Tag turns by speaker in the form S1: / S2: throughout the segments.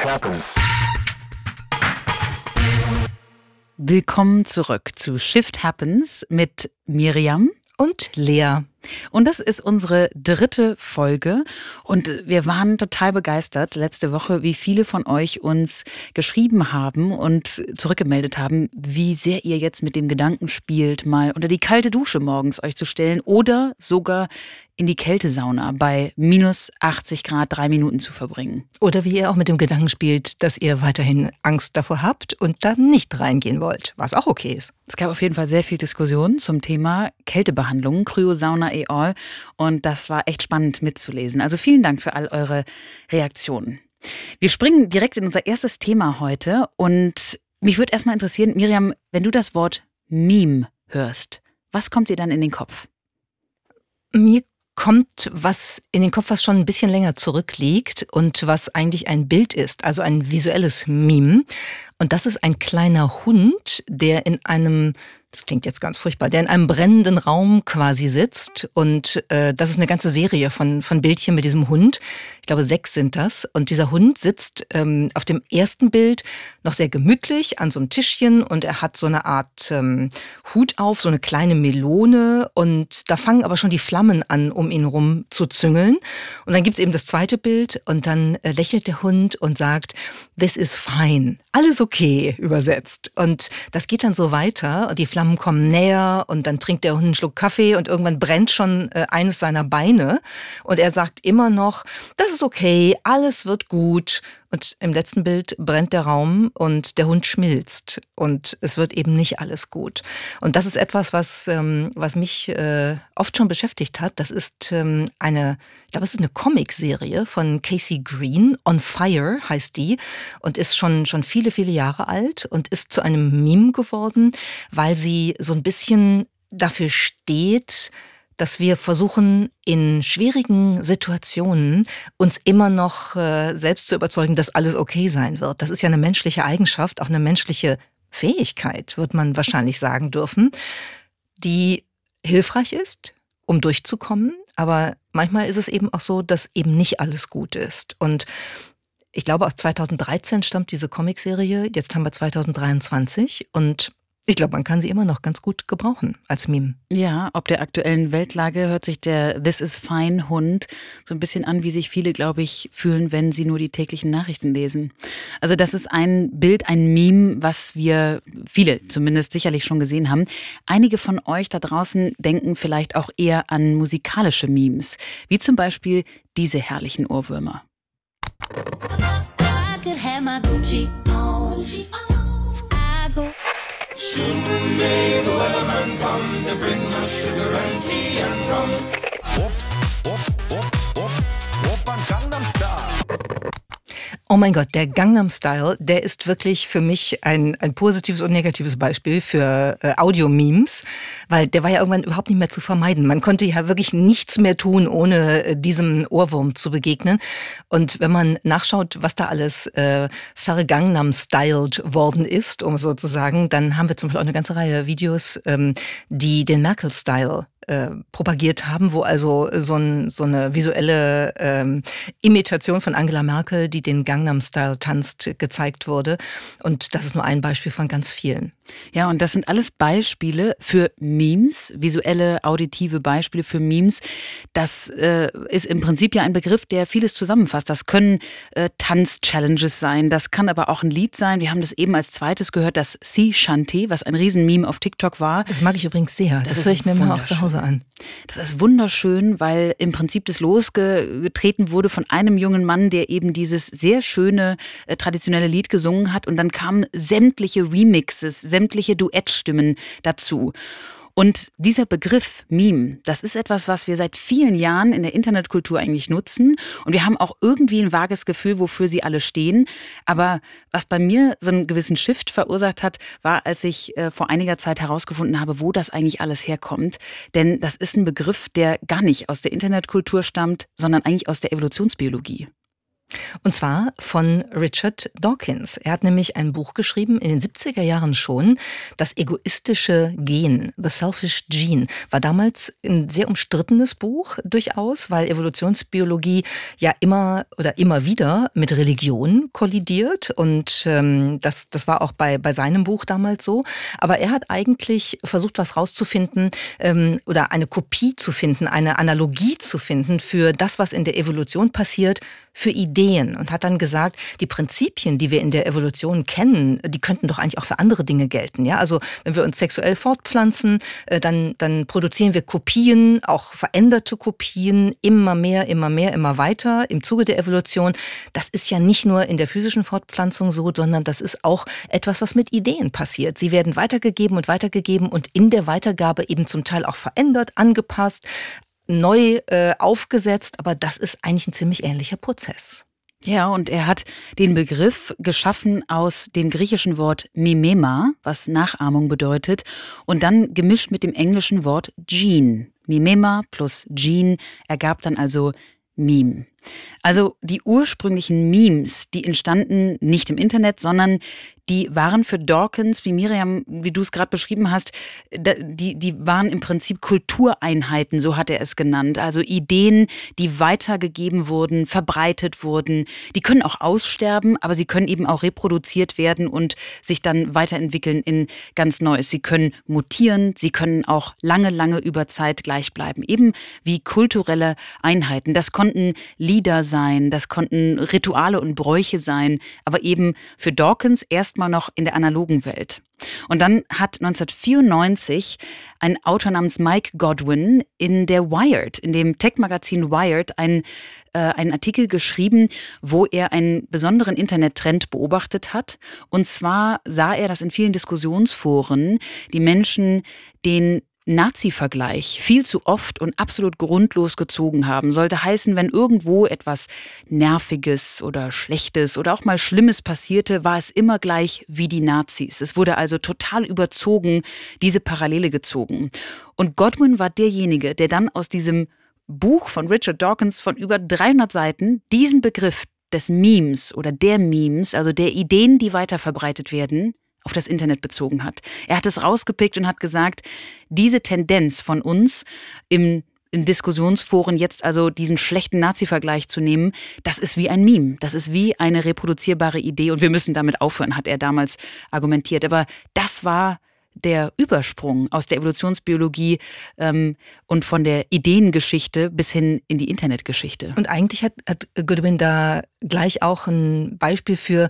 S1: happens.
S2: Willkommen zurück zu Shift Happens mit Miriam
S3: und Lea.
S2: Und das ist unsere 3. Folge und wir waren total begeistert letzte Woche, wie viele von euch uns geschrieben haben und zurückgemeldet haben, wie sehr ihr jetzt mit dem Gedanken spielt, mal unter die kalte Dusche morgens euch zu stellen oder sogar in die Kältesauna bei minus 80 Grad 3 Minuten zu verbringen.
S3: Oder wie ihr auch mit dem Gedanken spielt, dass ihr weiterhin Angst davor habt und dann nicht reingehen wollt, was auch okay ist.
S2: Es gab auf jeden Fall sehr viel Diskussion zum Thema Kältebehandlung, Kryosauna et al. Und das war echt spannend mitzulesen. Also vielen Dank für all eure Reaktionen. Wir springen direkt in unser erstes Thema heute und mich würde erstmal interessieren, Miriam, wenn du das Wort Meme hörst, was kommt dir dann in den Kopf?
S3: Mir kommt was in den Kopf, was schon ein bisschen länger zurückliegt und was eigentlich ein Bild ist, also ein visuelles Meme. Und das ist ein kleiner Hund, der in einem, das klingt jetzt ganz furchtbar, der in einem brennenden Raum quasi sitzt. Und das ist eine ganze Serie von Bildchen mit diesem Hund. Ich glaube 6 sind das. Und dieser Hund sitzt auf dem ersten Bild noch sehr gemütlich an so einem Tischchen und er hat so eine Art Hut auf, so eine kleine Melone. Und da fangen aber schon die Flammen an, um ihn rum zu züngeln. Und dann gibt's eben das zweite Bild und dann lächelt der Hund und sagt, "This is fine." Alles okay, übersetzt. Und das geht dann so weiter und die Flammen kommen näher und dann trinkt der Hund einen Schluck Kaffee und irgendwann brennt schon eines seiner Beine. Und er sagt immer noch, das ist okay, alles wird gut. Und im letzten Bild brennt der Raum und der Hund schmilzt und es wird eben nicht alles gut. Und das ist etwas, was mich oft schon beschäftigt hat. Das ist ich glaube, es ist eine Comicserie von Casey Green. On Fire heißt die und ist schon viele, viele Jahre alt und ist zu einem Meme geworden, weil sie so ein bisschen dafür steht, dass wir versuchen, in schwierigen Situationen uns immer noch selbst zu überzeugen, dass alles okay sein wird. Das ist ja eine menschliche Eigenschaft, auch eine menschliche Fähigkeit, wird man wahrscheinlich sagen dürfen, die hilfreich ist, um durchzukommen. Aber manchmal ist es eben auch so, dass eben nicht alles gut ist. Und ich glaube, aus 2013 stammt diese Comicserie. Jetzt haben wir 2023 und ich glaube, man kann sie immer noch ganz gut gebrauchen als Meme.
S2: Ja, ob der aktuellen Weltlage hört sich der This is fine Hund so ein bisschen an, wie sich viele, glaube ich, fühlen, wenn sie nur die täglichen Nachrichten lesen. Also das ist ein Bild, ein Meme, was wir viele zumindest sicherlich schon gesehen haben. Einige von euch da draußen denken vielleicht auch eher an musikalische Memes, wie zum Beispiel diese herrlichen Ohrwürmer.
S4: Soon may the weatherman come to bring us sugar and tea and rum. Whoop, whoop, whoop, whoop, whoop and Gangnam Style.
S3: Oh mein Gott, der Gangnam Style, der ist wirklich für mich ein positives und negatives Beispiel für Audio-Memes, weil der war ja irgendwann überhaupt nicht mehr zu vermeiden. Man konnte ja wirklich nichts mehr tun, ohne diesem Ohrwurm zu begegnen. Und wenn man nachschaut, was da alles vergangnam-styled worden ist, um so zu sagen, dann haben wir zum Beispiel auch eine ganze Reihe Videos, die den Merkel-Style propagiert haben, wo also so eine visuelle Imitation von Angela Merkel, die den Gangnam Style tanzt, gezeigt wurde. Und das ist nur ein Beispiel von ganz vielen.
S2: Ja, und das sind alles Beispiele für Memes, visuelle, auditive Beispiele für Memes. Das ist im Prinzip ja ein Begriff, der vieles zusammenfasst. Das können Tanz-Challenges sein, das kann aber auch ein Lied sein. Wir haben das eben als zweites gehört, das Sea Shanty, was ein Riesenmeme auf TikTok war.
S3: Das mag ich übrigens sehr. Das höre ich mir mal auch zu Hause an.
S2: Das ist wunderschön, weil im Prinzip das losgetreten wurde von einem jungen Mann, der eben dieses sehr schöne, traditionelle Lied gesungen hat. Und dann kamen sämtliche Remixes, sämtliche Duettstimmen dazu. Und dieser Begriff Meme, das ist etwas, was wir seit vielen Jahren in der Internetkultur eigentlich nutzen. Und wir haben auch irgendwie ein vages Gefühl, wofür sie alle stehen. Aber was bei mir so einen gewissen Shift verursacht hat, war, als ich vor einiger Zeit herausgefunden habe, wo das eigentlich alles herkommt. Denn das ist ein Begriff, der gar nicht aus der Internetkultur stammt, sondern eigentlich aus der Evolutionsbiologie.
S3: Und zwar von Richard Dawkins. Er hat nämlich ein Buch geschrieben, in den 70er Jahren schon, das egoistische Gen, The Selfish Gene, war damals ein sehr umstrittenes Buch durchaus, weil Evolutionsbiologie ja immer wieder mit Religion kollidiert und das war auch bei seinem Buch damals so. Aber er hat eigentlich versucht, was rauszufinden oder eine Kopie zu finden, eine Analogie zu finden für das, was in der Evolution passiert, für Ideen und hat dann gesagt, die Prinzipien, die wir in der Evolution kennen, die könnten doch eigentlich auch für andere Dinge gelten. Ja? Also wenn wir uns sexuell fortpflanzen, dann produzieren wir Kopien, auch veränderte Kopien, immer mehr, immer weiter im Zuge der Evolution. Das ist ja nicht nur in der physischen Fortpflanzung so, sondern das ist auch etwas, was mit Ideen passiert. Sie werden weitergegeben und in der Weitergabe eben zum Teil auch verändert, angepasst, neu aufgesetzt, aber das ist eigentlich ein ziemlich ähnlicher Prozess.
S2: Ja, und er hat den Begriff geschaffen aus dem griechischen Wort Mimema, was Nachahmung bedeutet, und dann gemischt mit dem englischen Wort Gene. Mimema plus Gene ergab dann also Meme. Also die ursprünglichen Memes, die entstanden nicht im Internet, sondern die waren für Dawkins, wie Miriam, wie du es gerade beschrieben hast, die waren im Prinzip Kultureinheiten, so hat er es genannt. Also Ideen, die weitergegeben wurden, verbreitet wurden. Die können auch aussterben, aber sie können eben auch reproduziert werden und sich dann weiterentwickeln in ganz Neues. Sie können mutieren, sie können auch lange über Zeit gleich bleiben. Eben wie kulturelle Einheiten. Das konnten Lieder sein, das konnten Rituale und Bräuche sein, aber eben für Dawkins erstmal noch in der analogen Welt. Und dann hat 1994 ein Autor namens Mike Godwin in der Wired, in dem Tech-Magazin Wired, einen Artikel geschrieben, wo er einen besonderen Internettrend beobachtet hat. Und zwar sah er, dass in vielen Diskussionsforen die Menschen den Nazi-Vergleich viel zu oft und absolut grundlos gezogen haben. Sollte heißen, wenn irgendwo etwas Nerviges oder Schlechtes oder auch mal Schlimmes passierte, war es immer gleich wie die Nazis. Es wurde also total überzogen, diese Parallele gezogen. Und Godwin war derjenige, der dann aus diesem Buch von Richard Dawkins von über 300 Seiten diesen Begriff des Memes oder der Memes, also der Ideen, die weiterverbreitet werden, auf das Internet bezogen hat. Er hat es rausgepickt und hat gesagt, diese Tendenz von uns in Diskussionsforen jetzt also diesen schlechten Nazi-Vergleich zu nehmen, das ist wie ein Meme, das ist wie eine reproduzierbare Idee und wir müssen damit aufhören, hat er damals argumentiert. Aber das war der Übersprung aus der Evolutionsbiologie und von der Ideengeschichte bis hin in die Internetgeschichte.
S3: Und eigentlich hat Godwin da gleich auch ein Beispiel für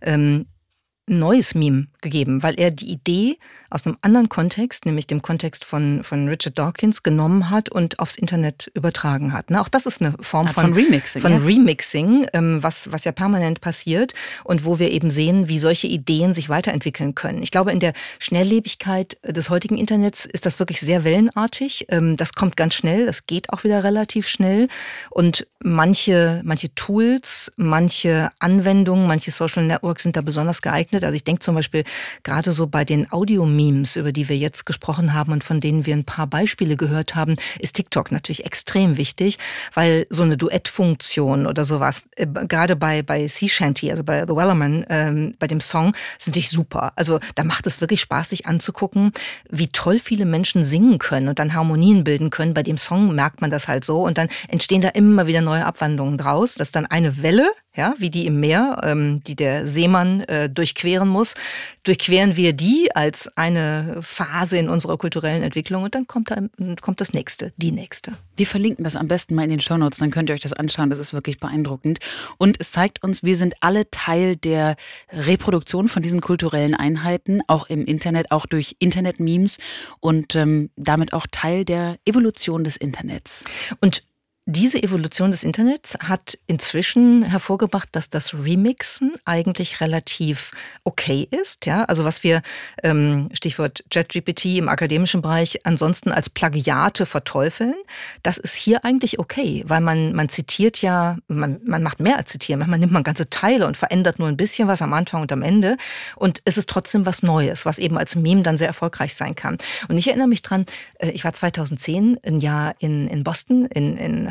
S3: neues Meme gegeben, weil er die Idee aus einem anderen Kontext, nämlich dem Kontext von Richard Dawkins, genommen hat und aufs Internet übertragen hat. Auch das ist eine Form von Remixing, was ja permanent passiert und wo wir eben sehen, wie solche Ideen sich weiterentwickeln können. Ich glaube, in der Schnelllebigkeit des heutigen Internets ist das wirklich sehr wellenartig. Das kommt ganz schnell, das geht auch wieder relativ schnell und manche Tools, manche Anwendungen, manche Social Networks sind da besonders geeignet. Also ich denke zum Beispiel gerade so bei den Audio-Memes, über die wir jetzt gesprochen haben und von denen wir ein paar Beispiele gehört haben, ist TikTok natürlich extrem wichtig, weil so eine Duettfunktion oder sowas, gerade bei Sea Shanty, also bei The Wellerman, bei dem Song, ist natürlich super. Also da macht es wirklich Spaß, sich anzugucken, wie toll viele Menschen singen können und dann Harmonien bilden können. Bei dem Song merkt man das halt so und dann entstehen da immer wieder neue Abwandlungen draus. Das ist dann eine Welle, ja, wie die im Meer, die der Seemann durchqueren muss, durchqueren wir die als eine Phase in unserer kulturellen Entwicklung und dann kommt das nächste, die nächste.
S2: Wir verlinken das am besten mal in den Shownotes, dann könnt ihr euch das anschauen, das ist wirklich beeindruckend. Und es zeigt uns, wir sind alle Teil der Reproduktion von diesen kulturellen Einheiten, auch im Internet, auch durch Internet-Memes und damit auch Teil der Evolution des Internets.
S3: Und diese Evolution des Internets hat inzwischen hervorgebracht, dass das Remixen eigentlich relativ okay ist. Ja? Also was wir, Stichwort ChatGPT im akademischen Bereich, ansonsten als Plagiate verteufeln, das ist hier eigentlich okay, weil man zitiert ja, man macht mehr als zitieren. Manchmal nimmt man ganze Teile und verändert nur ein bisschen was am Anfang und am Ende. Und es ist trotzdem was Neues, was eben als Meme dann sehr erfolgreich sein kann. Und ich erinnere mich dran, ich war 2010 ein Jahr in Boston, in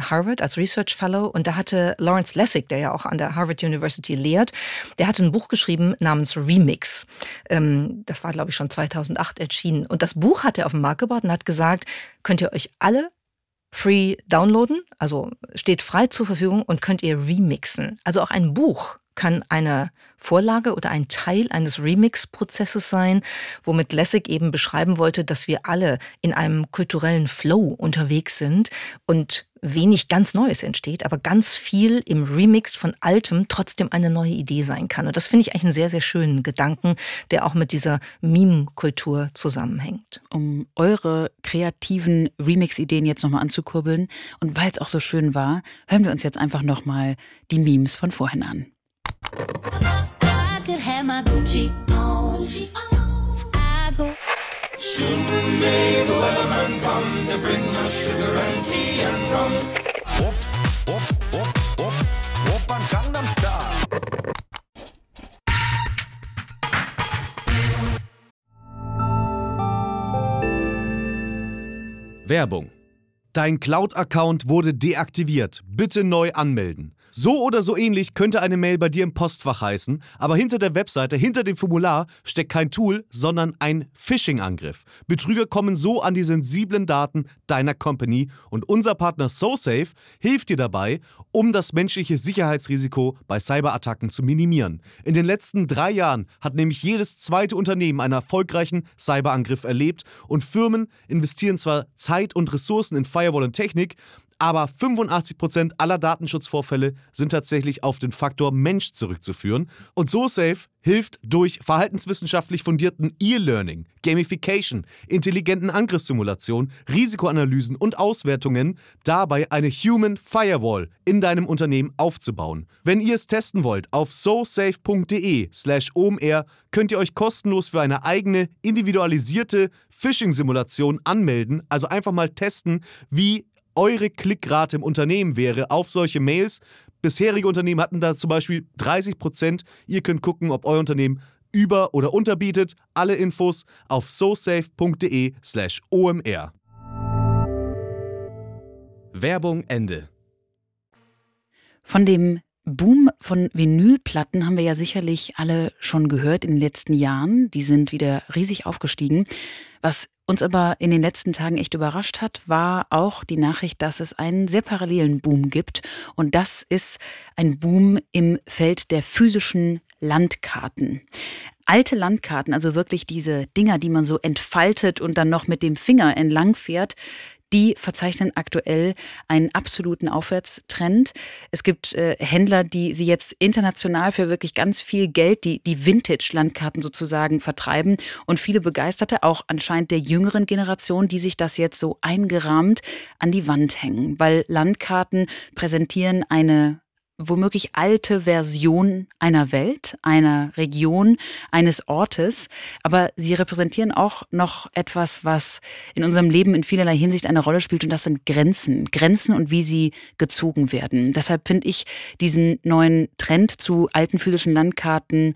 S3: Harvard als Research Fellow und da hatte Lawrence Lessig, der ja auch an der Harvard University lehrt, der hatte ein Buch geschrieben namens Remix. Das war, glaube ich, schon 2008 erschienen. Und das Buch hat er auf den Markt gebracht und hat gesagt, könnt ihr euch alle free downloaden, also steht frei zur Verfügung und könnt ihr remixen. Also auch ein Buch kann eine Vorlage oder ein Teil eines Remix-Prozesses sein, womit Lessig eben beschreiben wollte, dass wir alle in einem kulturellen Flow unterwegs sind und wenig ganz Neues entsteht, aber ganz viel im Remix von Altem trotzdem eine neue Idee sein kann. Und das finde ich eigentlich einen sehr, sehr schönen Gedanken, der auch mit dieser Meme-Kultur zusammenhängt.
S2: Um eure kreativen Remix-Ideen jetzt nochmal anzukurbeln und weil es auch so schön war, hören wir uns jetzt einfach nochmal die Memes von vorhin an.
S4: Soon may the weatherman come to bring us sugar and tea and rum. Whoop, whoop, whoop, whoop, whoop on Gangnam Style.
S1: Werbung. Dein Cloud-Account wurde deaktiviert. Bitte neu anmelden. So oder so ähnlich könnte eine Mail bei dir im Postfach heißen, aber hinter der Webseite, hinter dem Formular steckt kein Tool, sondern ein Phishing-Angriff. Betrüger kommen so an die sensiblen Daten deiner Company und unser Partner SoSafe hilft dir dabei, um das menschliche Sicherheitsrisiko bei Cyberattacken zu minimieren. In den letzten 3 Jahren hat nämlich jedes zweite Unternehmen einen erfolgreichen Cyberangriff erlebt und Firmen investieren zwar Zeit und Ressourcen in Firewall und Technik, aber 85% aller Datenschutzvorfälle sind tatsächlich auf den Faktor Mensch zurückzuführen. Und SoSafe hilft durch verhaltenswissenschaftlich fundierten E-Learning, Gamification, intelligenten Angriffssimulationen, Risikoanalysen und Auswertungen dabei eine Human Firewall in deinem Unternehmen aufzubauen. Wenn ihr es testen wollt, auf sosafe.de/omr könnt ihr euch kostenlos für eine eigene individualisierte Phishing-Simulation anmelden. Also einfach mal testen, wie eure Klickrate im Unternehmen wäre auf solche Mails. Bisherige Unternehmen hatten da zum Beispiel 30%. Ihr könnt gucken, ob euer Unternehmen über- oder unterbietet. Alle Infos auf sosafe.de/omr. Werbung Ende.
S2: Von dem Boom von Vinylplatten haben wir ja sicherlich alle schon gehört in den letzten Jahren. Die sind wieder riesig aufgestiegen. Was uns aber in den letzten Tagen echt überrascht hat, war auch die Nachricht, dass es einen sehr parallelen Boom gibt. Und das ist ein Boom im Feld der physischen Landkarten. Alte Landkarten, also wirklich diese Dinger, die man so entfaltet und dann noch mit dem Finger entlang fährt, die verzeichnen aktuell einen absoluten Aufwärtstrend. Es gibt Händler, die sie jetzt international für wirklich ganz viel Geld, die Vintage-Landkarten sozusagen vertreiben. Und viele Begeisterte, auch anscheinend der jüngeren Generation, die sich das jetzt so eingerahmt an die Wand hängen. Weil Landkarten präsentieren eine womöglich alte Version einer Welt, einer Region, eines Ortes. Aber sie repräsentieren auch noch etwas, was in unserem Leben in vielerlei Hinsicht eine Rolle spielt. Und das sind Grenzen. Grenzen und wie sie gezogen werden. Deshalb finde ich diesen neuen Trend zu alten physischen Landkarten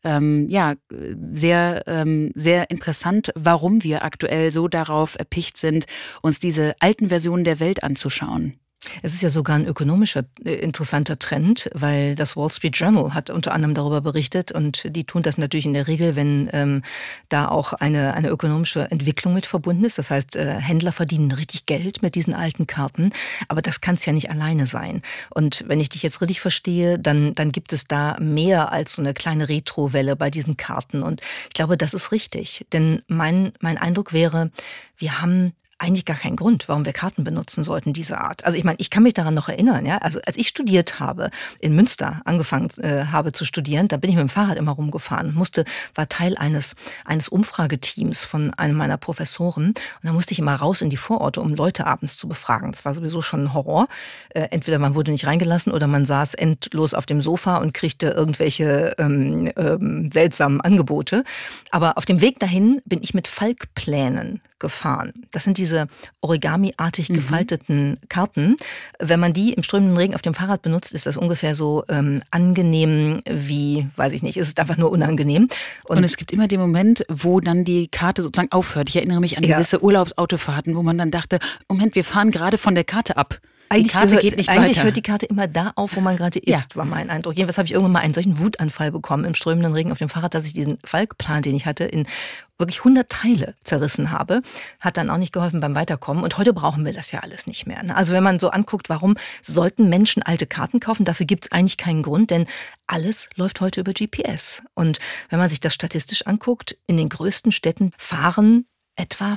S2: sehr interessant, warum wir aktuell so darauf erpicht sind, uns diese alten Versionen der Welt anzuschauen.
S3: Es ist ja sogar ein ökonomischer interessanter Trend, weil das Wall Street Journal hat unter anderem darüber berichtet und die tun das natürlich in der Regel, wenn da auch eine ökonomische Entwicklung mit verbunden ist. Das heißt, Händler verdienen richtig Geld mit diesen alten Karten, aber das kann es ja nicht alleine sein. Und wenn ich dich jetzt richtig verstehe, dann gibt es da mehr als so eine kleine Retrowelle bei diesen Karten und ich glaube, das ist richtig, denn mein Eindruck wäre, wir haben eigentlich gar keinen Grund, warum wir Karten benutzen sollten, dieser Art. Also ich meine, ich kann mich daran noch erinnern, ja. Also als ich studiert habe, in Münster angefangen habe zu studieren, da bin ich mit dem Fahrrad immer rumgefahren, war Teil eines Umfrageteams von einem meiner Professoren und da musste ich immer raus in die Vororte, um Leute abends zu befragen. Das war sowieso schon ein Horror. Entweder man wurde nicht reingelassen oder man saß endlos auf dem Sofa und kriegte irgendwelche seltsamen Angebote. Aber auf dem Weg dahin bin ich mit Falkplänen gefahren. Das sind diese origami-artig gefalteten Karten. Wenn man die im strömenden Regen auf dem Fahrrad benutzt, ist das ungefähr so angenehm wie, weiß ich nicht, es ist einfach nur unangenehm.
S2: Und es gibt immer den Moment, wo dann die Karte sozusagen aufhört. Ich erinnere mich an gewisse Urlaubsautofahrten, wo man dann dachte, Moment, wir fahren gerade von der Karte ab.
S3: Eigentlich
S2: Karte geht nicht weiter.
S3: hört die Karte immer da auf, wo man gerade ist, war mein Eindruck. Jedenfalls habe ich irgendwann mal einen solchen Wutanfall bekommen im strömenden Regen auf dem Fahrrad, dass ich diesen Falkplan, den ich hatte, in wirklich 100 Teile zerrissen habe. Hat dann auch nicht geholfen beim Weiterkommen. Und heute brauchen wir das ja alles nicht mehr. Ne? Also wenn man so anguckt, warum sollten Menschen alte Karten kaufen? Dafür gibt es eigentlich keinen Grund, denn alles läuft heute über GPS. Und wenn man sich das statistisch anguckt, in den größten Städten fahren etwa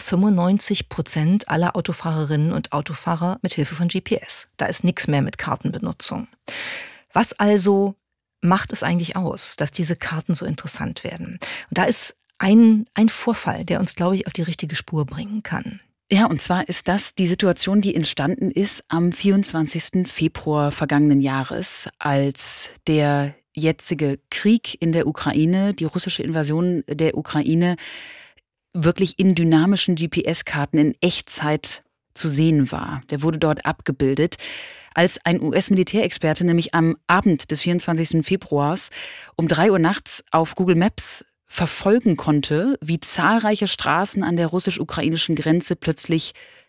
S3: 95% aller Autofahrerinnen und Autofahrer mit Hilfe von GPS. Da ist nichts mehr mit Kartenbenutzung. Was also macht es eigentlich aus, dass diese Karten so interessant werden? Und da ist ein Vorfall, der uns, glaube ich, auf die richtige Spur bringen kann.
S2: Ja, und zwar ist das die Situation, die entstanden ist am 24. Februar vergangenen Jahres, als der jetzige Krieg in der Ukraine, die russische Invasion der Ukraine, wirklich in dynamischen GPS-Karten in Echtzeit zu sehen war. Der wurde dort abgebildet, als ein US-Militärexperte nämlich am Abend des 24. Februars um 3 Uhr nachts auf Google Maps verfolgen konnte, wie zahlreiche Straßen an der russisch-ukrainischen Grenze plötzlich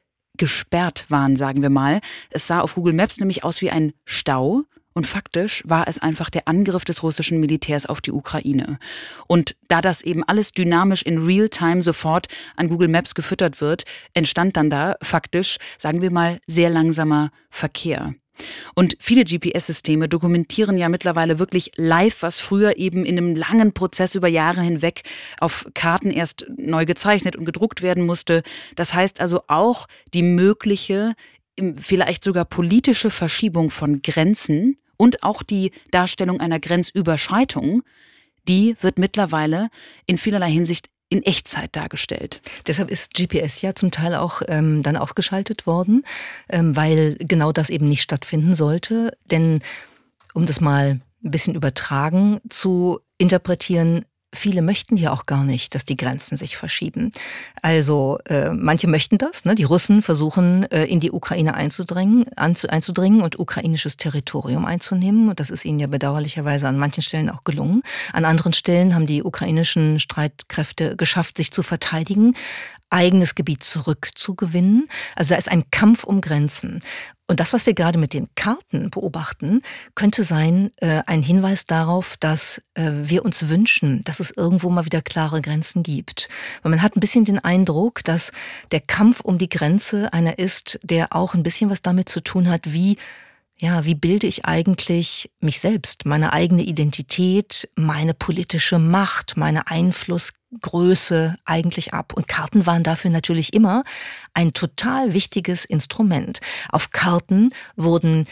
S2: gesperrt waren, sagen wir mal. Es sah auf Google Maps nämlich aus wie ein Stau. Und faktisch war es einfach der Angriff des russischen Militärs auf die Ukraine. Und da das eben alles dynamisch in Realtime sofort an Google Maps gefüttert wird, entstand dann da faktisch, sagen wir mal, sehr langsamer Verkehr. Und viele GPS-Systeme dokumentieren ja mittlerweile wirklich live, was früher eben in einem langen Prozess über Jahre hinweg auf Karten erst neu gezeichnet und gedruckt werden musste. Das heißt also auch die mögliche, vielleicht sogar politische Verschiebung von Grenzen und auch die Darstellung einer Grenzüberschreitung, die wird mittlerweile in vielerlei Hinsicht in Echtzeit dargestellt.
S3: Deshalb ist GPS ja zum Teil auch dann ausgeschaltet worden, weil genau das eben nicht stattfinden sollte. Denn um das mal ein bisschen übertragen zu interpretieren, viele möchten ja auch gar nicht, dass die Grenzen sich verschieben. Also manche möchten das. Ne? Die Russen versuchen, in die Ukraine einzudringen und ukrainisches Territorium einzunehmen. Und das ist ihnen ja bedauerlicherweise an manchen Stellen auch gelungen. An anderen Stellen haben die ukrainischen Streitkräfte geschafft, sich zu verteidigen, eigenes Gebiet zurückzugewinnen. Also da ist ein Kampf um Grenzen. Und das, was wir gerade mit den Karten beobachten, könnte sein ein Hinweis darauf, dass wir uns wünschen, dass es irgendwo mal wieder klare Grenzen gibt. Weil man hat ein bisschen den Eindruck, dass der Kampf um die Grenze einer ist, der auch ein bisschen was damit zu tun hat, wie bilde ich eigentlich mich selbst, meine eigene Identität, meine politische Macht, meine Einflussgröße eigentlich ab? Und Karten waren dafür natürlich immer ein total wichtiges Instrument. Auf Karten wurden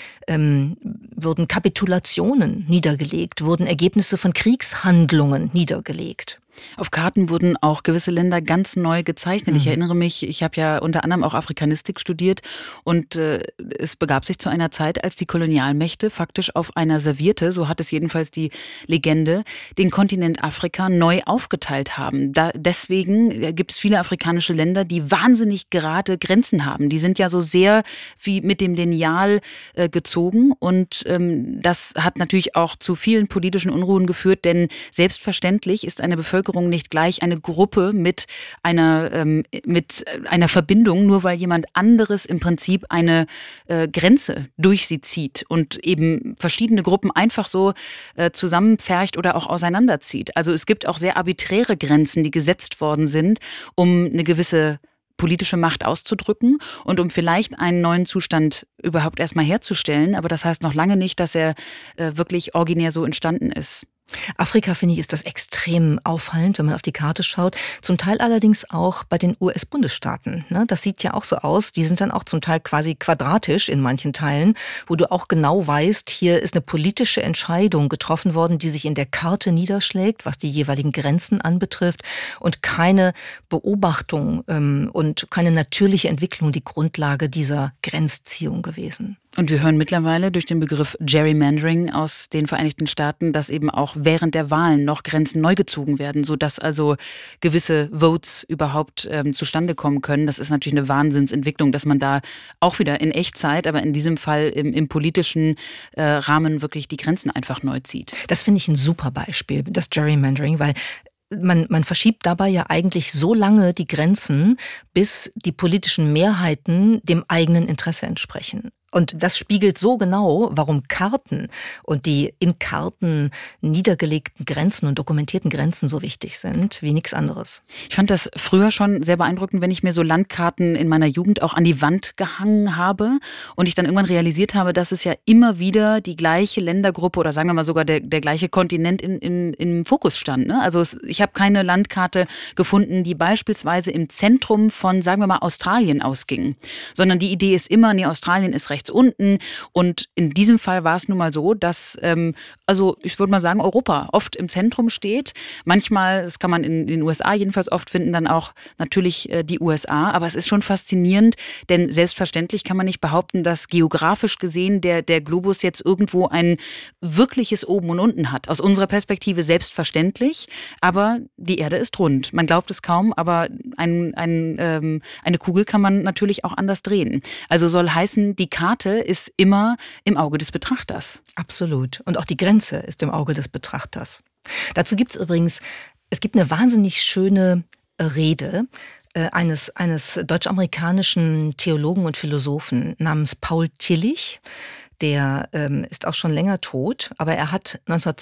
S3: Kapitulationen niedergelegt, wurden Ergebnisse von Kriegshandlungen niedergelegt.
S2: Auf Karten wurden auch gewisse Länder ganz neu gezeichnet. Ich erinnere mich, ich habe ja unter anderem auch Afrikanistik studiert und es begab sich zu einer Zeit, als die Kolonialmächte faktisch auf einer Serviette, so hat es jedenfalls die Legende, den Kontinent Afrika neu aufgeteilt haben. Deswegen gibt es viele afrikanische Länder, die wahnsinnig gerade Grenzen haben. Die sind ja so sehr wie mit dem Lineal gezogen und das hat natürlich auch zu vielen politischen Unruhen geführt, denn selbstverständlich ist eine Bevölkerung nicht gleich eine Gruppe mit einer Verbindung, nur weil jemand anderes im Prinzip eine Grenze durch sie zieht und eben verschiedene Gruppen einfach so zusammenpfercht oder auch auseinanderzieht. Also es gibt auch sehr arbiträre Grenzen, die gesetzt worden sind, um eine gewisse politische Macht auszudrücken und um vielleicht einen neuen Zustand überhaupt erstmal herzustellen. Aber das heißt noch lange nicht, dass er wirklich originär so entstanden ist.
S3: Afrika, finde ich, ist das extrem auffallend, wenn man auf die Karte schaut. Zum Teil allerdings auch bei den US-Bundesstaaten. Ne? Das sieht ja auch so aus. Die sind dann auch zum Teil quasi quadratisch in manchen Teilen, wo du auch genau weißt, hier ist eine politische Entscheidung getroffen worden, die sich in der Karte niederschlägt, was die jeweiligen Grenzen anbetrifft und keine Beobachtung und keine natürliche Entwicklung die Grundlage dieser Grenzziehung gewesen.
S2: Und wir hören mittlerweile durch den Begriff Gerrymandering aus den Vereinigten Staaten, dass eben auch während der Wahlen noch Grenzen neu gezogen werden, sodass also gewisse Votes überhaupt zustande kommen können. Das ist natürlich eine Wahnsinnsentwicklung, dass man da auch wieder in Echtzeit, aber in diesem Fall im politischen Rahmen wirklich die Grenzen einfach neu zieht.
S3: Das finde ich ein super Beispiel, das Gerrymandering, weil man verschiebt dabei ja eigentlich so lange die Grenzen, bis die politischen Mehrheiten dem eigenen Interesse entsprechen. Und das spiegelt so genau, warum Karten und die in Karten niedergelegten Grenzen und dokumentierten Grenzen so wichtig sind, wie nichts anderes.
S2: Ich fand das früher schon sehr beeindruckend, wenn ich mir so Landkarten in meiner Jugend auch an die Wand gehangen habe und ich dann irgendwann realisiert habe, dass es ja immer wieder die gleiche Ländergruppe oder sagen wir mal sogar der gleiche Kontinent im Fokus stand. Ne? Also ich habe keine Landkarte gefunden, die beispielsweise im Zentrum von, sagen wir mal, Australien ausging, sondern die Idee ist immer, nee, Australien ist rechts unten und in diesem Fall war es nun mal so, dass, also ich würde mal sagen, Europa oft im Zentrum steht. Manchmal, das kann man in den USA jedenfalls oft finden, dann auch natürlich die USA, aber es ist schon faszinierend, denn selbstverständlich kann man nicht behaupten, dass geografisch gesehen der Globus jetzt irgendwo ein wirkliches Oben und Unten hat. Aus unserer Perspektive selbstverständlich, aber die Erde ist rund. Man glaubt es kaum, aber eine Kugel kann man natürlich auch anders drehen. Also soll heißen, die Karte ist immer im Auge des Betrachters.
S3: Absolut. Und auch die Grenze ist im Auge des Betrachters. Dazu gibt es übrigens, es gibt eine wahnsinnig schöne Rede eines deutsch-amerikanischen Theologen und Philosophen namens Paul Tillich. Der ist auch schon länger tot, aber er hat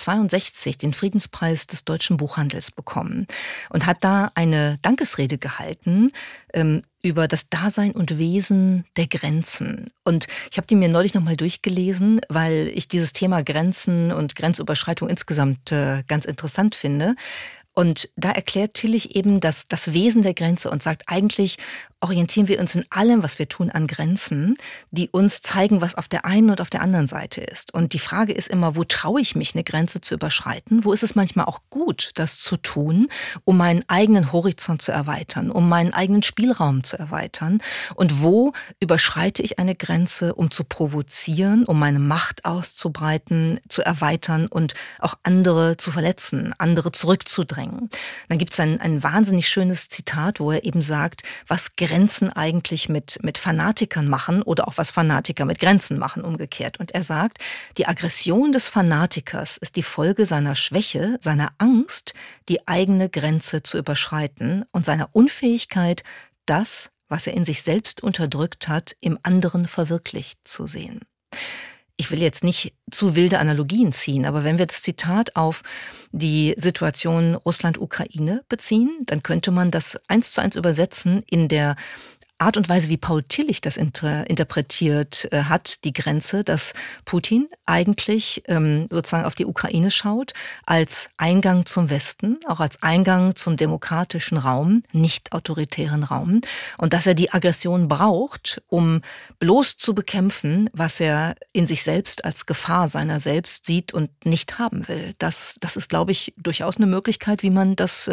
S3: 1962 den Friedenspreis des deutschen Buchhandels bekommen und hat da eine Dankesrede gehalten über das Dasein und Wesen der Grenzen. Und ich habe die mir neulich nochmal durchgelesen, weil ich dieses Thema Grenzen und Grenzüberschreitung insgesamt ganz interessant finde. Und da erklärt Tillich eben das Wesen der Grenze und sagt, eigentlich orientieren wir uns in allem, was wir tun, an Grenzen, die uns zeigen, was auf der einen und auf der anderen Seite ist. Und die Frage ist immer, wo traue ich mich, eine Grenze zu überschreiten? Wo ist es manchmal auch gut, das zu tun, um meinen eigenen Horizont zu erweitern, um meinen eigenen Spielraum zu erweitern? Und wo überschreite ich eine Grenze, um zu provozieren, um meine Macht auszubreiten, zu erweitern und auch andere zu verletzen, andere zurückzudrängen? Dann gibt es ein wahnsinnig schönes Zitat, wo er eben sagt, was Grenzen eigentlich mit Fanatikern machen oder auch was Fanatiker mit Grenzen machen, umgekehrt. Und er sagt, die Aggression des Fanatikers ist die Folge seiner Schwäche, seiner Angst, die eigene Grenze zu überschreiten und seiner Unfähigkeit, das, was er in sich selbst unterdrückt hat, im anderen verwirklicht zu sehen. Ich will jetzt nicht zu wilde Analogien ziehen, aber wenn wir das Zitat auf die Situation Russland-Ukraine beziehen, dann könnte man das 1:1 übersetzen in der Art und Weise, wie Paul Tillich das interpretiert hat, die Grenze, dass Putin eigentlich sozusagen auf die Ukraine schaut, als Eingang zum Westen, auch als Eingang zum demokratischen Raum, nicht autoritären Raum, und dass er die Aggression braucht, um bloß zu bekämpfen, was er in sich selbst als Gefahr seiner selbst sieht und nicht haben will. Das ist, glaube ich, durchaus eine Möglichkeit, wie man das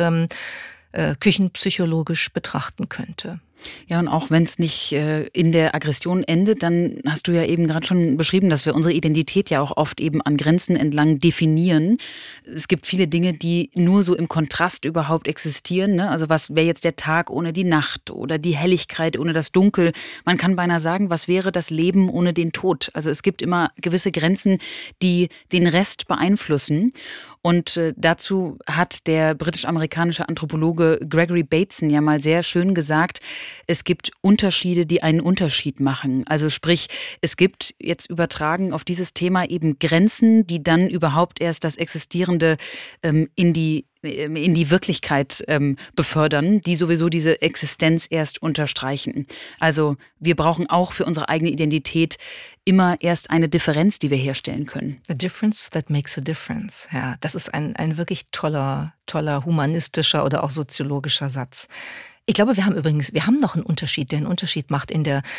S3: küchenpsychologisch betrachten könnte.
S2: Ja, und auch wenn es nicht in der Aggression endet, dann hast du ja eben gerade schon beschrieben, dass wir unsere Identität ja auch oft eben an Grenzen entlang definieren. Es gibt viele Dinge, die nur so im Kontrast überhaupt existieren. Ne? Also was wäre jetzt der Tag ohne die Nacht oder die Helligkeit ohne das Dunkel? Man kann beinahe sagen, was wäre das Leben ohne den Tod? Also es gibt immer gewisse Grenzen, die den Rest beeinflussen. Und dazu hat der britisch-amerikanische Anthropologe Gregory Bateson ja mal sehr schön gesagt, es gibt Unterschiede, die einen Unterschied machen. Also sprich, es gibt jetzt übertragen auf dieses Thema eben Grenzen, die dann überhaupt erst das Existierende in die Wirklichkeit befördern, die sowieso diese Existenz erst unterstreichen. Also wir brauchen auch für unsere eigene Identität immer erst eine Differenz, die wir herstellen können.
S3: A difference that makes a difference. Ja, das ist ein wirklich toller humanistischer oder auch soziologischer Satz. Ich glaube, wir haben noch einen Unterschied, der einen Unterschied macht in der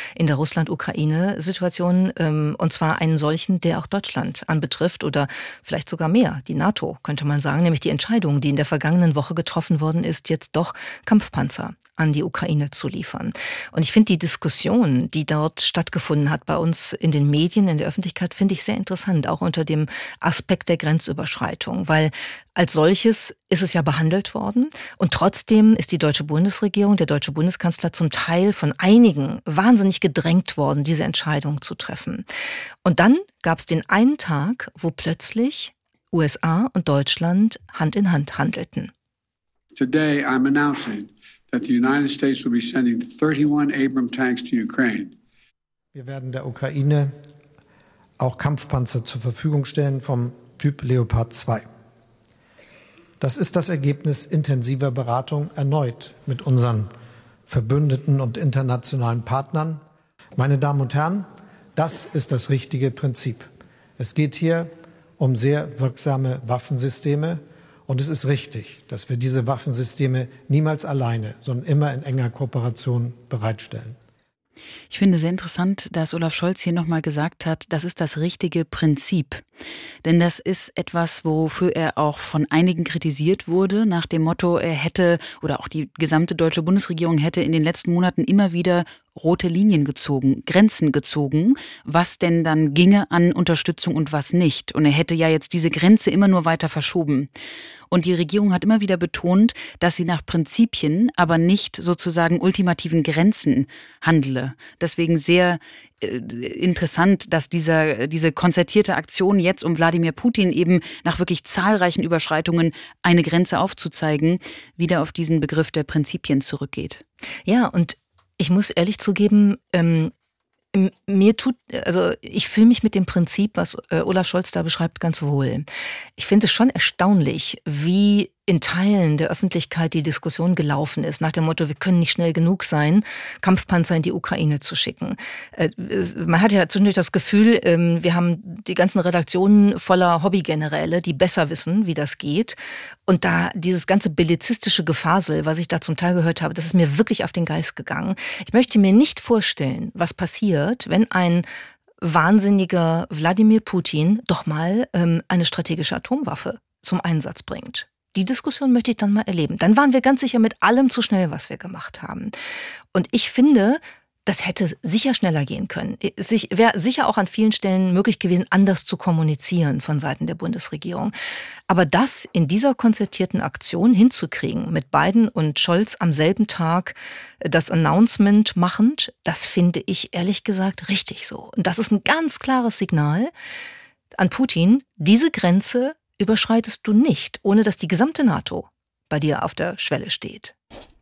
S3: Russland-Ukraine-Situation, und zwar einen solchen, der auch Deutschland anbetrifft oder vielleicht sogar mehr, die NATO, könnte man sagen, nämlich die Entscheidung, die in der vergangenen Woche getroffen worden ist, jetzt doch Kampfpanzer an die Ukraine zu liefern. Und ich finde die Diskussion, die dort stattgefunden hat bei uns in den Medien, in der Öffentlichkeit, finde ich sehr interessant, auch unter dem Aspekt der Grenzüberschreitung, weil als solches ist es ja behandelt worden und trotzdem ist die deutsche Bundesregierung, der deutsche Bundeskanzler zum Teil von einigen wahnsinnig gedrängt worden, diese Entscheidung zu treffen. Und dann gab es den einen Tag, wo plötzlich USA und Deutschland Hand in Hand handelten.
S5: Today I'm announcing that the United States will be sending 31 Abrams tanks to Ukraine.
S6: Wir werden der Ukraine auch Kampfpanzer zur Verfügung stellen vom Typ Leopard 2. Das ist das Ergebnis intensiver Beratung erneut mit unseren Verbündeten und internationalen Partnern. Meine Damen und Herren, das ist das richtige Prinzip. Es geht hier um sehr wirksame Waffensysteme und es ist richtig, dass wir diese Waffensysteme niemals alleine, sondern immer in enger Kooperation bereitstellen.
S2: Ich finde sehr interessant, dass Olaf Scholz hier nochmal gesagt hat, das ist das richtige Prinzip. Denn das ist etwas, wofür er auch von einigen kritisiert wurde, nach dem Motto, er hätte oder auch die gesamte deutsche Bundesregierung hätte in den letzten Monaten immer wieder rote Linien gezogen, Grenzen gezogen, was denn dann ginge an Unterstützung und was nicht. Und er hätte ja jetzt diese Grenze immer nur weiter verschoben. Und die Regierung hat immer wieder betont, dass sie nach Prinzipien, aber nicht sozusagen ultimativen Grenzen handle. Deswegen sehr interessant, dass diese konzertierte Aktion jetzt um Wladimir Putin eben nach wirklich zahlreichen Überschreitungen eine Grenze aufzuzeigen, wieder auf diesen Begriff der Prinzipien zurückgeht.
S3: Ja, und ich muss ehrlich zugeben, ich fühle mich mit dem Prinzip, was Olaf Scholz da beschreibt, ganz wohl. Ich finde es schon erstaunlich, wie in Teilen der Öffentlichkeit die Diskussion gelaufen ist, nach dem Motto, wir können nicht schnell genug sein, Kampfpanzer in die Ukraine zu schicken. Man hat ja zwischendurch das Gefühl, wir haben die ganzen Redaktionen voller Hobbygeneräle, die besser wissen, wie das geht. Und da dieses ganze bellizistische Gefasel, was ich da zum Teil gehört habe, das ist mir wirklich auf den Geist gegangen. Ich möchte mir nicht vorstellen, was passiert, wenn ein wahnsinniger Wladimir Putin doch mal eine strategische Atomwaffe zum Einsatz bringt. Die Diskussion möchte ich dann mal erleben. Dann waren wir ganz sicher mit allem zu schnell, was wir gemacht haben. Und ich finde, das hätte sicher schneller gehen können. Es wäre sicher auch an vielen Stellen möglich gewesen, anders zu kommunizieren von Seiten der Bundesregierung. Aber das in dieser konzertierten Aktion hinzukriegen, mit Biden und Scholz am selben Tag das Announcement machend, das finde ich ehrlich gesagt richtig so. Und das ist ein ganz klares Signal an Putin, diese Grenze überschreitest du nicht, ohne dass die gesamte NATO bei dir auf der Schwelle steht.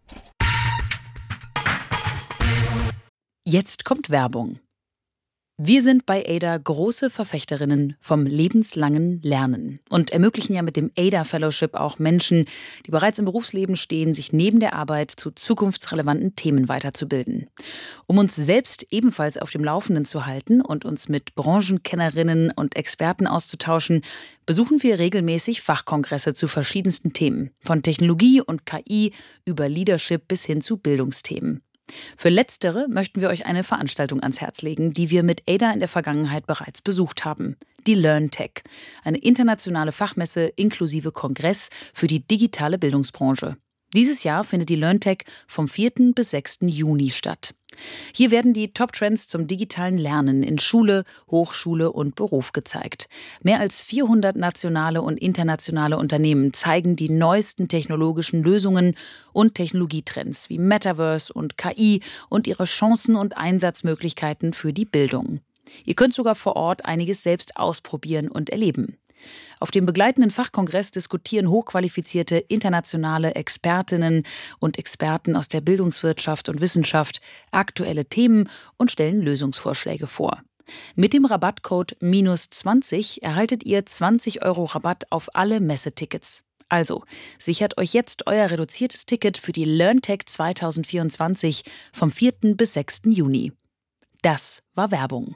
S2: Jetzt kommt Werbung. Wir sind bei ADA große Verfechterinnen vom lebenslangen Lernen und ermöglichen ja mit dem ADA Fellowship auch Menschen, die bereits im Berufsleben stehen, sich neben der Arbeit zu zukunftsrelevanten Themen weiterzubilden. Um uns selbst ebenfalls auf dem Laufenden zu halten und uns mit Branchenkennerinnen und Experten auszutauschen, besuchen wir regelmäßig Fachkongresse zu verschiedensten Themen, von Technologie und KI über Leadership bis hin zu Bildungsthemen. Für Letztere möchten wir euch eine Veranstaltung ans Herz legen, die wir mit ADA in der Vergangenheit bereits besucht haben. Die LearnTech, eine internationale Fachmesse inklusive Kongress für die digitale Bildungsbranche. Dieses Jahr findet die LearnTech vom 4. bis 6. Juni statt. Hier werden die Top-Trends zum digitalen Lernen in Schule, Hochschule und Beruf gezeigt. Mehr als 400 nationale und internationale Unternehmen zeigen die neuesten technologischen Lösungen und Technologietrends wie Metaverse und KI und ihre Chancen und Einsatzmöglichkeiten für die Bildung. Ihr könnt sogar vor Ort einiges selbst ausprobieren und erleben. Auf dem begleitenden Fachkongress diskutieren hochqualifizierte internationale Expertinnen und Experten aus der Bildungswirtschaft und Wissenschaft aktuelle Themen und stellen Lösungsvorschläge vor. Mit dem Rabattcode -20 erhaltet ihr 20 € Rabatt auf alle Messetickets. Also, sichert euch jetzt euer reduziertes Ticket für die LearnTech 2024 vom 4. bis 6. Juni. Das war Werbung.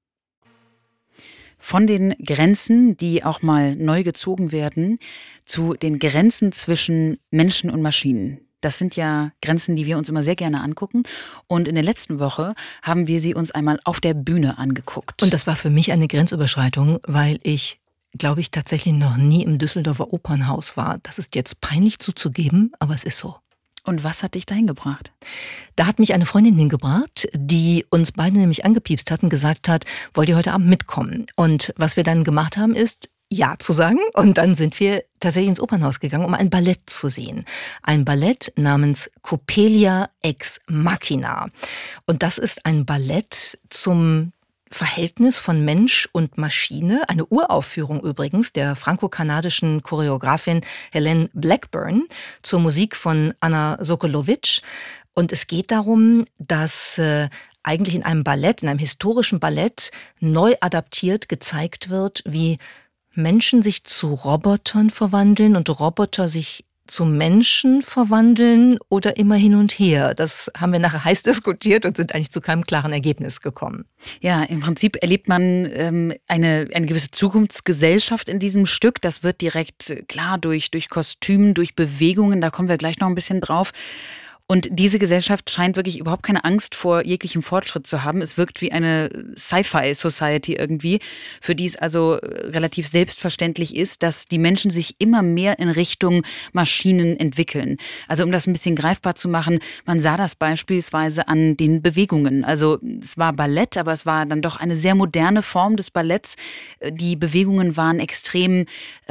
S2: Von den Grenzen, die auch mal neu gezogen werden, zu den Grenzen zwischen Menschen und Maschinen. Das sind ja Grenzen, die wir uns immer sehr gerne angucken. Und in der letzten Woche haben wir sie uns einmal auf der Bühne angeguckt.
S3: Und das war für mich eine Grenzüberschreitung, weil ich, glaube ich, tatsächlich noch nie im Düsseldorfer Opernhaus war. Das ist jetzt peinlich zuzugeben, aber es ist so.
S2: Und was hat dich dahin gebracht?
S3: Da hat mich eine Freundin hingebracht, die uns beide nämlich angepiepst hat und gesagt hat, wollt ihr heute Abend mitkommen? Und was wir dann gemacht haben, ist Ja zu sagen. Und dann sind wir tatsächlich ins Opernhaus gegangen, um ein Ballett zu sehen. Ein Ballett namens Coppelia ex Machina. Und das ist ein Ballett zum Verhältnis von Mensch und Maschine, eine Uraufführung übrigens der franko-kanadischen Choreografin Helene Blackburn zur Musik von Anna Sokolowitsch. Und es geht darum, dass eigentlich in einem Ballett, in einem historischen Ballett neu adaptiert gezeigt wird, wie Menschen sich zu Robotern verwandeln und Roboter sich zu Menschen verwandeln oder immer hin und her. Das haben wir nachher heiß diskutiert und sind eigentlich zu keinem klaren Ergebnis gekommen.
S2: Ja, im Prinzip erlebt man eine gewisse Zukunftsgesellschaft in diesem Stück. Das wird direkt klar durch Kostümen, durch Bewegungen. Da kommen wir gleich noch ein bisschen drauf. Und diese Gesellschaft scheint wirklich überhaupt keine Angst vor jeglichem Fortschritt zu haben. Es wirkt wie eine Sci-Fi-Society irgendwie, für die es also relativ selbstverständlich ist, dass die Menschen sich immer mehr in Richtung Maschinen entwickeln. Also um das ein bisschen greifbar zu machen, man sah das beispielsweise an den Bewegungen. Also es war Ballett, aber es war dann doch eine sehr moderne Form des Balletts. Die Bewegungen waren extrem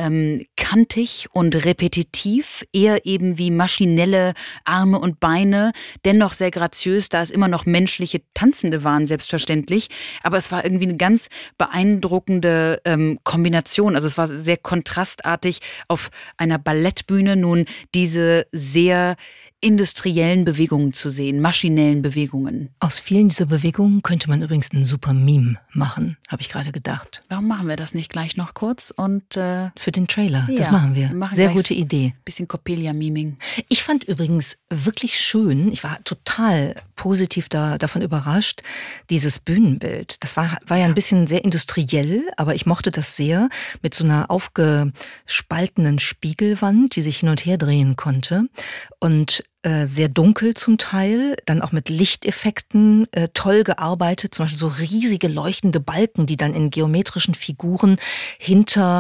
S2: kantig und repetitiv, eher eben wie maschinelle Arme und Beine, dennoch sehr graziös, da es immer noch menschliche Tanzende waren, selbstverständlich. Aber es war irgendwie eine ganz beeindruckende Kombination. Also es war sehr kontrastartig, auf einer Ballettbühne nun diese sehr industriellen Bewegungen zu sehen, maschinellen Bewegungen.
S3: Aus vielen dieser Bewegungen könnte man übrigens einen super Meme machen, habe ich gerade gedacht.
S2: Warum machen wir das nicht gleich noch kurz? Und
S3: für den Trailer,
S2: ja,
S3: das machen wir. Sehr gute Idee.
S2: Bisschen Coppelia-Miming.
S3: Ich fand übrigens wirklich schön, ich war total positiv davon überrascht, dieses Bühnenbild. Das war ja ein bisschen sehr industriell, aber ich mochte das sehr, mit so einer aufgespaltenen Spiegelwand, die sich hin und her drehen konnte. Und sehr dunkel zum Teil, dann auch mit Lichteffekten toll gearbeitet, zum Beispiel so riesige leuchtende Balken, die dann in geometrischen Figuren hinter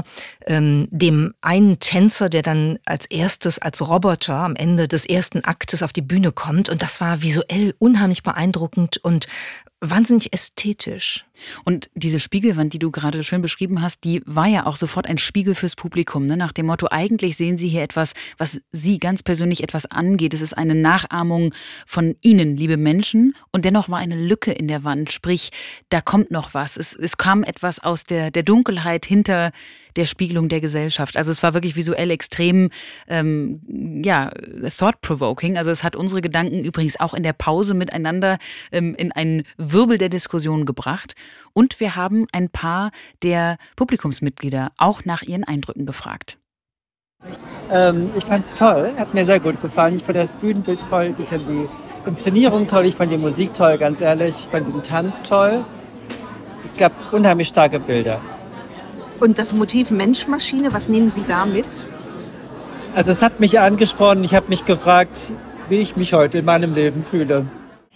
S3: dem einen Tänzer, der dann als erstes als Roboter am Ende des ersten Aktes auf die Bühne kommt. Und das war visuell unheimlich beeindruckend und wahnsinnig ästhetisch.
S2: Und diese Spiegelwand, die du gerade schön beschrieben hast, die war ja auch sofort ein Spiegel fürs Publikum, ne? Nach dem Motto, eigentlich sehen Sie hier etwas, was Sie ganz persönlich etwas angeht. Es ist eine Nachahmung von Ihnen, liebe Menschen. Und dennoch war eine Lücke in der Wand, sprich, da kommt noch was. Es kam etwas aus der Dunkelheit hinter der Spiegelung der Gesellschaft. Also es war wirklich visuell extrem thought-provoking. Also es hat unsere Gedanken übrigens auch in der Pause miteinander in einen Wirbel der Diskussion gebracht. Und wir haben ein paar der Publikumsmitglieder auch nach ihren Eindrücken gefragt.
S7: Ich fand es toll, hat mir sehr gut gefallen. Ich fand das Bühnenbild toll, ich fand die Inszenierung toll, ich fand die Musik toll, ganz ehrlich. Ich fand den Tanz toll. Es gab unheimlich starke Bilder.
S8: Und das Motiv Mensch-Maschine, was nehmen Sie da mit?
S7: Also es hat mich angesprochen, ich habe mich gefragt, wie ich mich heute in meinem Leben fühle.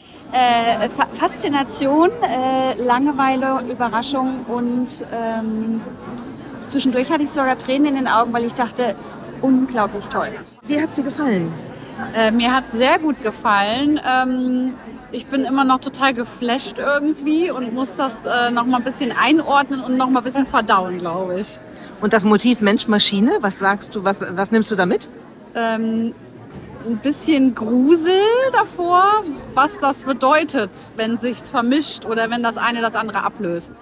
S9: Faszination, Langeweile, Überraschung und zwischendurch hatte ich sogar Tränen in den Augen, weil ich dachte, unglaublich toll.
S8: Wie hat es dir gefallen?
S10: Mir hat es sehr gut gefallen. Ich bin immer noch total geflasht irgendwie und muss das noch mal ein bisschen einordnen und noch mal ein bisschen verdauen, glaube ich.
S8: Und das Motiv Mensch-Maschine, was sagst du, was nimmst du da mit?
S10: Ein bisschen Grusel davor, was das bedeutet, wenn sich's vermischt oder wenn das eine das andere ablöst.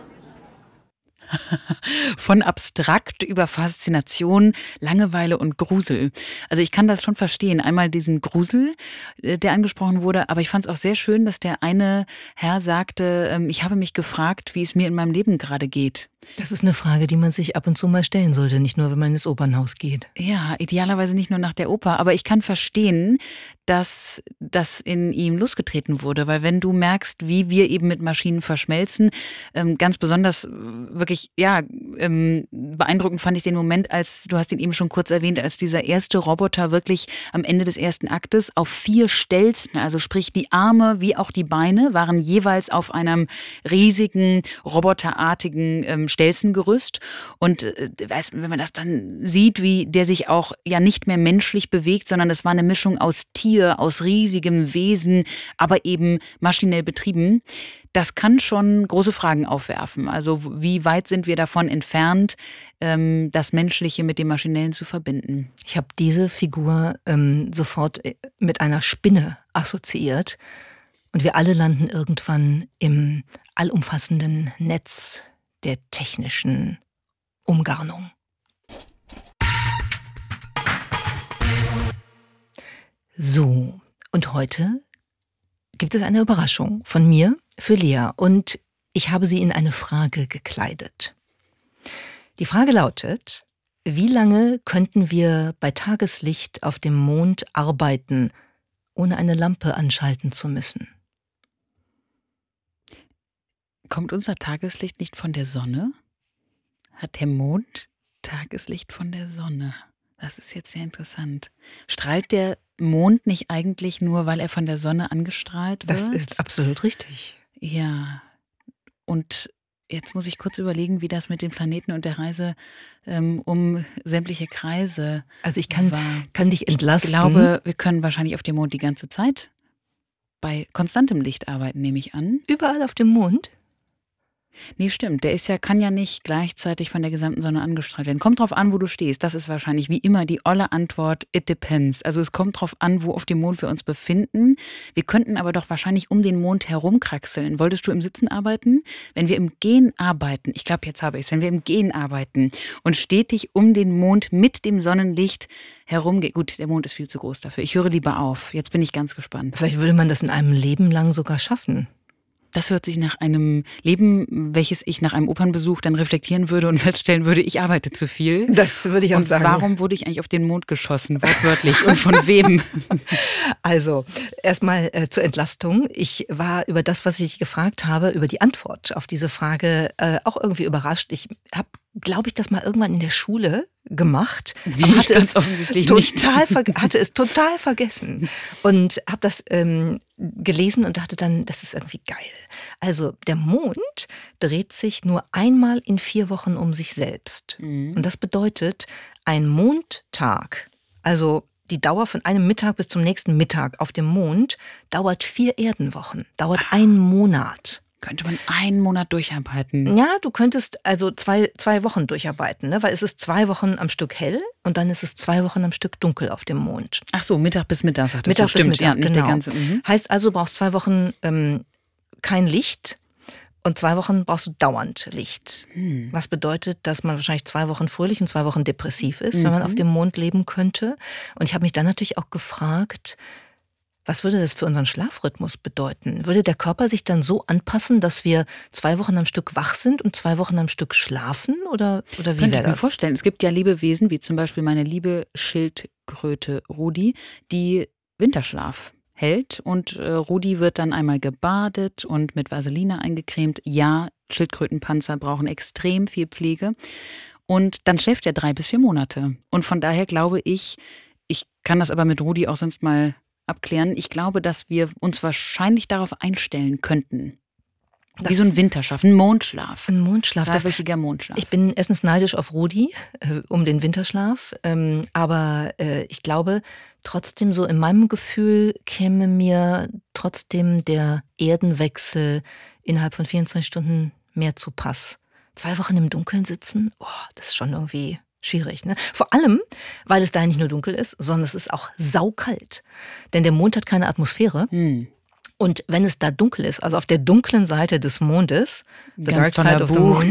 S2: Von abstrakt über Faszination, Langeweile und Grusel. Also ich kann das schon verstehen. Einmal diesen Grusel, der angesprochen wurde, aber ich fand es auch sehr schön, dass der eine Herr sagte, ich habe mich gefragt, wie es mir in meinem Leben gerade geht.
S3: Das ist eine Frage, die man sich ab und zu mal stellen sollte, nicht nur, wenn man ins Opernhaus geht.
S2: Ja, idealerweise nicht nur nach der Oper, aber ich kann verstehen, dass das in ihm losgetreten wurde, weil wenn du merkst, wie wir eben mit Maschinen verschmelzen, ganz besonders wirklich, beeindruckend fand ich den Moment, als, du hast ihn eben schon kurz erwähnt, als dieser erste Roboter wirklich am Ende des ersten Aktes auf 4 Stelzen, also sprich die Arme wie auch die Beine, waren jeweils auf einem riesigen, roboterartigen Stelzengerüst. Und wenn man das dann sieht, wie der sich auch ja nicht mehr menschlich bewegt, sondern es war eine Mischung aus Tier, aus riesigem Wesen, aber eben maschinell betrieben, das kann schon große Fragen aufwerfen. Also wie weit sind wir davon entfernt, das Menschliche mit dem Maschinellen zu verbinden?
S3: Ich habe diese Figur sofort mit einer Spinne assoziiert. Und wir alle landen irgendwann im allumfassenden Netz der technischen Umgarnung. So, und heute gibt es eine Überraschung von mir. für Lea und ich habe sie in eine Frage gekleidet. Die Frage lautet: Wie lange könnten wir bei Tageslicht auf dem Mond arbeiten, ohne eine Lampe anschalten zu müssen?
S2: Kommt unser Tageslicht nicht von der Sonne? Hat der Mond Tageslicht von der Sonne? Das ist jetzt sehr interessant. Strahlt der Mond nicht eigentlich nur, weil er von der Sonne angestrahlt wird?
S3: Das ist absolut richtig.
S2: Ja. Und jetzt muss ich kurz überlegen, wie das mit den Planeten und der Reise um sämtliche Kreise
S3: Also ich kann dich entlasten.
S2: Ich glaube, wir können wahrscheinlich auf dem Mond die ganze Zeit bei konstantem Licht arbeiten, nehme ich an.
S3: Überall auf dem Mond?
S2: Nee, stimmt. Der kann ja nicht gleichzeitig von der gesamten Sonne angestrahlt werden. Kommt drauf an, wo du stehst. Das ist wahrscheinlich wie immer die olle Antwort, it depends. Also es kommt drauf an, wo auf dem Mond wir uns befinden. Wir könnten aber doch wahrscheinlich um den Mond herumkraxeln. Wolltest du im Sitzen arbeiten? Wenn wir im Gehen arbeiten, ich glaube, jetzt habe ich es, wenn wir im Gehen arbeiten und stetig um den Mond mit dem Sonnenlicht herumgehen. Gut, der Mond ist viel zu groß dafür. Ich höre lieber auf. Jetzt bin ich ganz gespannt.
S3: Vielleicht würde man das in einem Leben lang sogar schaffen.
S2: Das hört sich nach einem Leben, welches ich nach einem Opernbesuch dann reflektieren würde und feststellen würde, ich arbeite zu viel.
S3: Das würde ich auch sagen.
S2: Warum wurde ich eigentlich auf den Mond geschossen, wortwörtlich? Und von wem?
S3: Also, erstmal zur Entlastung. Ich war über das, was ich gefragt habe, über die Antwort auf diese Frage auch irgendwie überrascht. Ich habe, glaube ich, das mal irgendwann in der Schule gemacht.
S2: Aber hatte es offensichtlich nicht.
S3: Hatte es total vergessen. Und habe das gelesen und dachte dann, das ist irgendwie geil. Also der Mond dreht sich nur einmal in 4 Wochen um sich selbst. Und das bedeutet, ein Mondtag, also die Dauer von einem Mittag bis zum nächsten Mittag auf dem Mond, dauert 4 Erdenwochen, dauert 1 Monat.
S2: Könnte man 1 Monat durcharbeiten?
S3: Ja, du könntest also zwei Wochen durcharbeiten, ne? Weil es ist 2 Wochen am Stück hell und dann ist es 2 Wochen am Stück dunkel auf dem Mond.
S2: Ach so, Mittag bis Mittag, sagtest
S3: Mittag
S2: du. Stimmt,
S3: bis Mittag,
S2: ja, nicht
S3: genau.
S2: der ganze.
S3: Heißt also, du brauchst 2 Wochen kein Licht und 2 Wochen brauchst du dauernd Licht. Was bedeutet, dass man wahrscheinlich 2 Wochen fröhlich und 2 Wochen depressiv ist, wenn man auf dem Mond leben könnte. Und ich habe mich dann natürlich auch gefragt, was würde das für unseren Schlafrhythmus bedeuten? Würde der Körper sich dann so anpassen, dass wir 2 Wochen am Stück wach sind und 2 Wochen am Stück schlafen? Oder wie wäre das?
S2: Könnte ich mir vorstellen. Es gibt ja Lebewesen, wie zum Beispiel meine liebe Schildkröte Rudi, die Winterschlaf hält. Und Rudi wird dann einmal gebadet und mit Vaseline eingecremt. Ja, Schildkrötenpanzer brauchen extrem viel Pflege. Und dann schläft er 3 bis 4 Monate. Und von daher glaube ich kann das aber mit Rudi auch sonst mal abklären. Ich glaube, dass wir uns wahrscheinlich darauf einstellen könnten. Wie so ein Winterschlaf, ein Mondschlaf.
S3: Ein Mondschlaf.
S2: 2-wöchiger Mondschlaf.
S3: Ich bin erstens neidisch auf Rudi um den Winterschlaf. Aber ich glaube, trotzdem so in meinem Gefühl käme mir trotzdem der Erdenwechsel innerhalb von 24 Stunden mehr zu Pass. 2 Wochen im Dunkeln sitzen, das ist schon irgendwie schwierig, ne? Vor allem, weil es da nicht nur dunkel ist, sondern es ist auch saukalt. Denn der Mond hat keine Atmosphäre. Und wenn es da dunkel ist, also auf der dunklen Seite des Mondes, The Dark Side of the Moon,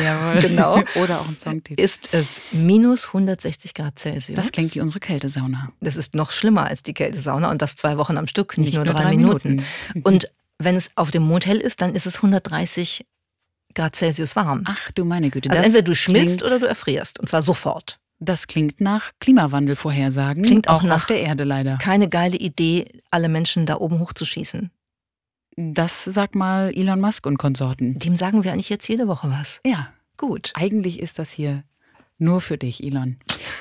S3: genau,
S2: oder auch ein Songtitel,
S3: ist es minus 160 Grad Celsius.
S2: Das klingt wie unsere Kältesauna.
S3: Das ist noch schlimmer als die Kältesauna und das 2 Wochen am Stück, nicht nur 3 Minuten. Und wenn es auf dem Mond hell ist, dann ist es 130 Grad Celsius warm.
S2: Ach du meine Güte.
S3: Also entweder du schmilzt oder du erfrierst. Und zwar sofort.
S2: Das klingt nach Klimawandelvorhersagen.
S3: Klingt auch
S2: nach der Erde leider.
S3: Keine geile Idee, alle Menschen da oben hochzuschießen.
S2: Das sag mal Elon Musk und Konsorten.
S3: Dem sagen wir eigentlich jetzt jede Woche was.
S2: Ja.
S3: Gut.
S2: Eigentlich ist das hier nur für dich, Elon.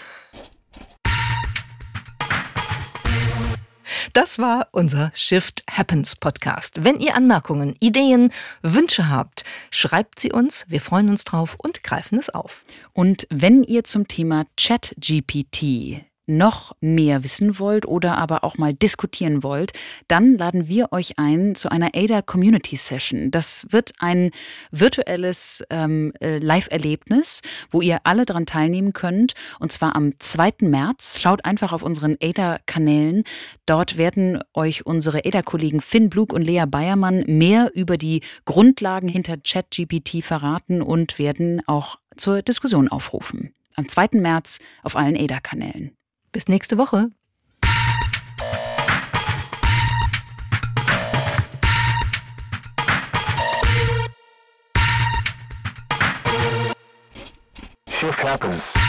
S3: Das war unser Shift Happens Podcast. Wenn ihr Anmerkungen, Ideen, Wünsche habt, schreibt sie uns. Wir freuen uns drauf und greifen es auf.
S2: Und wenn ihr zum Thema ChatGPT noch mehr wissen wollt oder aber auch mal diskutieren wollt, dann laden wir euch ein zu einer Ada Community Session. Das wird ein virtuelles Live-Erlebnis, wo ihr alle dran teilnehmen könnt, und zwar am 2. März. Schaut einfach auf unseren Ada-Kanälen. Dort werden euch unsere Ada-Kollegen Finn Blug und Lea Bayermann mehr über die Grundlagen hinter ChatGPT verraten und werden auch zur Diskussion aufrufen. Am 2. März auf allen Ada-Kanälen.
S3: Bis nächste Woche.
S11: happens.